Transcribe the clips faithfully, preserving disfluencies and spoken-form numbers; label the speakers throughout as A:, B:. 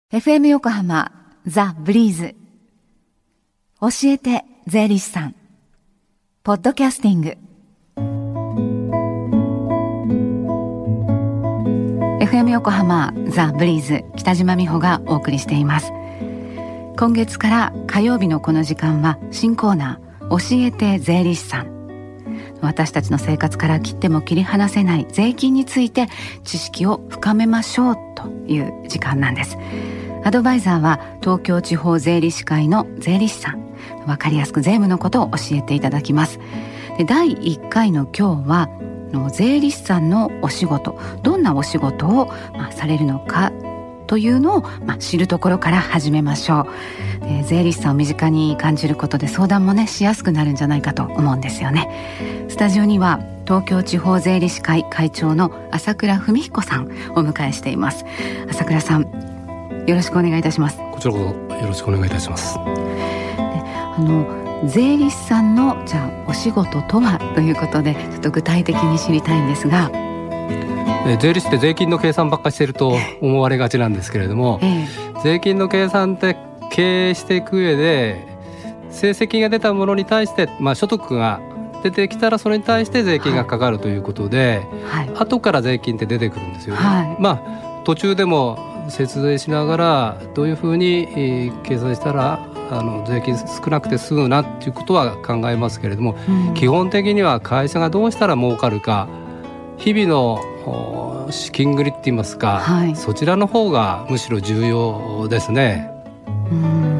A: エフエム 横浜ザ・ブリーズ教えて税理士さんポッドキャスティング エフエム 横浜ザ・ブリーズ北島美穂がお送りしています。今月から火曜日のこの時間は新コーナー教えて税理士さん。私たちの生活から切っても切り離せない税金について知識を深めましょうという時間なんです。アドバイザーは東京地方税理士会の税理士さん。わかりやすく税務のことを教えていただきます。でだいいっかいの今日はの税理士さんのお仕事、どんなお仕事を、まあ、されるのかというのを、まあ、知るところから始めましょう。えー、税理士さんを身近に感じることで相談もねしやすくなるんじゃないかと思うんですよね。スタジオには東京地方税理士会会長の朝倉文彦さんをお迎えしています。朝倉さん、よろしくお願いいたします。
B: こちらこそよろしくお願いいたします。で
A: あの税理士さんのじゃあお仕事とはということでちょっと具体的に知りたいんですが、
B: え税理士って税金の計算ばっかりしてると思われがちなんですけれども、ええ、税金の計算って経営していく上で成績が出たものに対して、まあ、所得が出てきたらそれに対して税金がかかるということで、はい、後から税金って出てくるんですよね。はい、まあ途中でも節税しながらどういうふうに、えー、計算したらあの税金少なくて済むなっていうことは考えますけれども、うん、基本的には会社がどうしたら儲かるか、日々の資金繰りって言いますか、はい、そちらの方がむしろ重要ですね。
A: うん、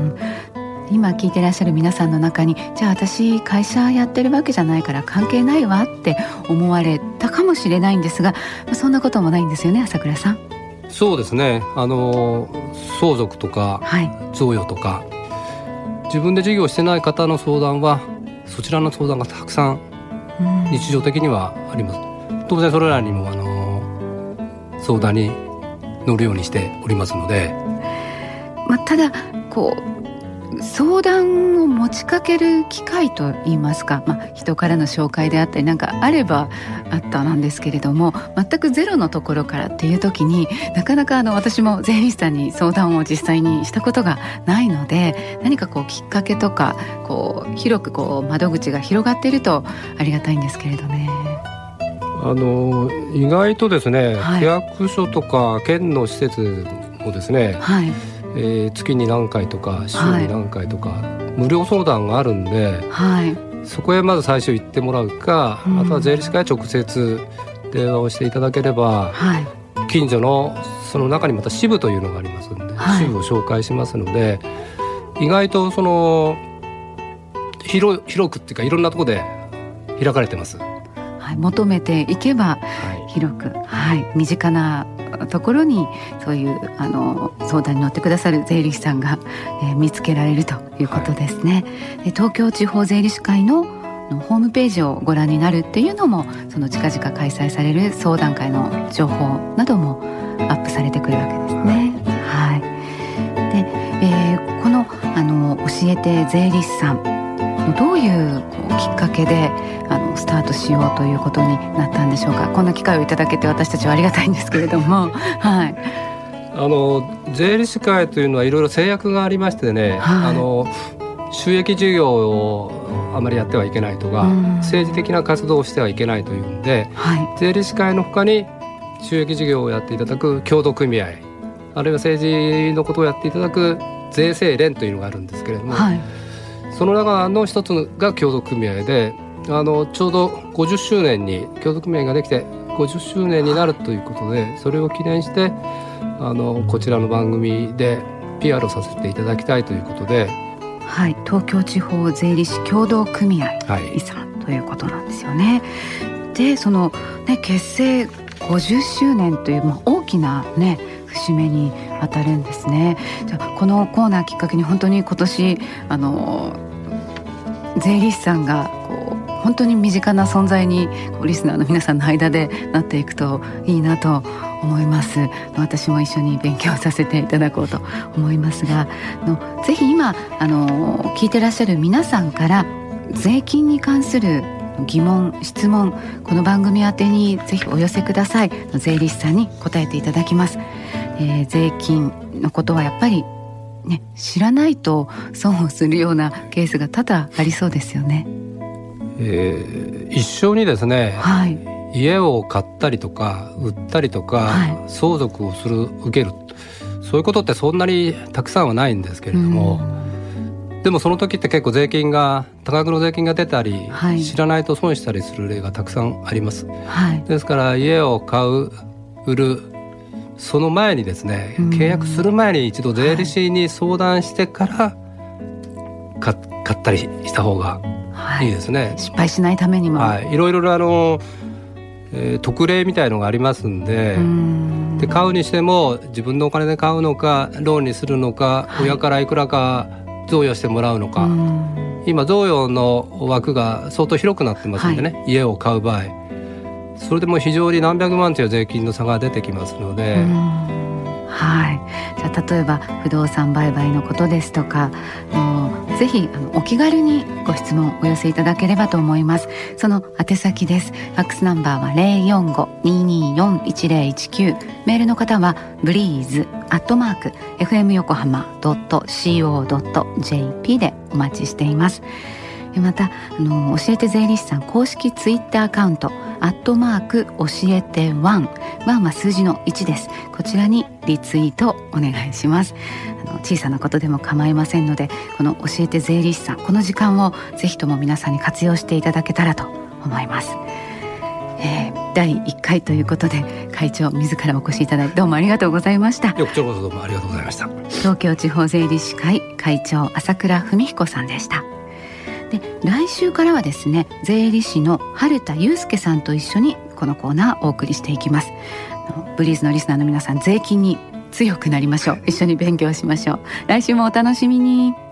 A: 今聞いてらっしゃる皆さんの中に、じゃあ私会社やってるわけじゃないから関係ないわって思われたかもしれないんですが、そんなこともないんですよね、朝倉さん。
B: そうですね、あの相続とか、はい、贈与とか自分で事業してない方の相談はそちらの相談がたくさん日常的にはあります。当然それらにもあの相談に乗るようにしておりますので、
A: まあ、ただこう相談を持ちかける機会といいますか、まあ、人からの紹介であったりなんかあればあったなんですけれども、全くゼロのところからっていう時になかなかあの私も税理士さんに相談を実際にしたことがないので、何かこうきっかけとかこう広くこう窓口が広がっているとありがたいんですけれどね。
B: あの意外とですね、はい、区役所とか県の施設もですね、はい、えー、月に何回とか週に何回とか、はい、無料相談があるんで、はい、そこへまず最初行ってもらうか、うん、あとは税理士会直接電話をしていただければ、はい、近所のその中にまた支部というのがありますので、はい、支部を紹介しますので、意外とその 広, 広くっていうかいろんなところで開かれてます。
A: はい、求めていけば広く、はいはい、身近なところにそういうあの相談に乗ってくださる税理士さんが、えー、見つけられるということですね。はい、東京地方税理士会のホームページをご覧になるっていうのも、その近々開催される相談会の情報などもアップされてくるわけですね。はい、で、えー、この、あの教えて税理士さん、どういうこうきっかけであのスタートしようということになったんでしょうか。こんな機会をいただけて私たちはありがたいんですけれども、はい、
B: あの税理士会というのはいろいろ制約がありましてね、はい、あの収益事業をあまりやってはいけないとか、うん、政治的な活動をしてはいけないというんで、はい、税理士会の他に収益事業をやっていただく協同組合、あるいは政治のことをやっていただく税制連というのがあるんですけれども、はい、その中の一つが協同組合で、あのちょうどごじゅっしゅうねんに協同組合ができてごじゅっしゅうねんになるということで、それを記念してあのこちらの番組で ピーアール をさせていただきたいということで、
A: はい、東京地方税理士協同組合さん、はい、ということなんですよね。でその、ね、結成ごじゅっしゅうねんという、まあ、大きな、ね、節目に当たるんですね。じゃあこのコーナーきっかけに本当に今年あの税理士さんがこう本当に身近な存在にこうリスナーの皆さんの間でなっていくといいなと思います。私も一緒に勉強させていただこうと思いますが、あのぜひ今あの聞いてらっしゃる皆さんから税金に関する疑問、質問、この番組宛てにぜひお寄せください。税理士さんに答えていただきます。えー、税金のことはやっぱりね、知らないと損をするようなケースが多々ありそうですよね。
B: えー、一緒にですね、はい、家を買ったりとか売ったりとか、はい、相続をする受ける、そういうことってそんなにたくさんはないんですけれども、でもその時って結構税金が多額の税金が出たり、はい、知らないと損したりする例がたくさんあります、はい、ですから家を買う売るその前にですね、契約する前に一度税理士に相談してから買ったりした方がいいですね、はい、
A: 失敗しないためにも、
B: はい、いろいろあの、えー、特例みたいのがありますんで、んで買うにしても自分のお金で買うのかローンにするのか、はい、親からいくらか贈与してもらうのか、今贈与の枠が相当広くなってますんでね、はい、家を買う場合それでも非常に何百万という税金の差が出てきますので、
A: はい、じゃあ例えば不動産売買のことですとか、もうぜひあのお気軽にご質問お寄せいただければと思います。その宛先です。ファックスナンバーは ゼロよんご にーにーよん いちゼロいちきゅう、 メールの方は ブリーズ アットマーク エフエム 横浜 ドット シーオー ドット ジェーピー でお待ちしています。またあの教えて税理士さん公式ツイッターアカウントアットマーク教えてワン、ワンは数字のいちです。こちらにリツイートお願いします。あの小さなことでも構いませんので、この教えて税理士さん、この時間をぜひとも皆さんに活用していただけたらと思います。えー、だいいっかいということで会長自らお越しいただいてどうもありがとうございました。
B: こちらこそどうもありがとうございました。
A: 東京地方税理士会会長朝倉文彦さんでした。で来週からはですね、税理士の春田祐介さんと一緒にこのコーナーをお送りしていきます。ブリーズのリスナーの皆さん、税金に強くなりましょう。一緒に勉強しましょう。来週もお楽しみに。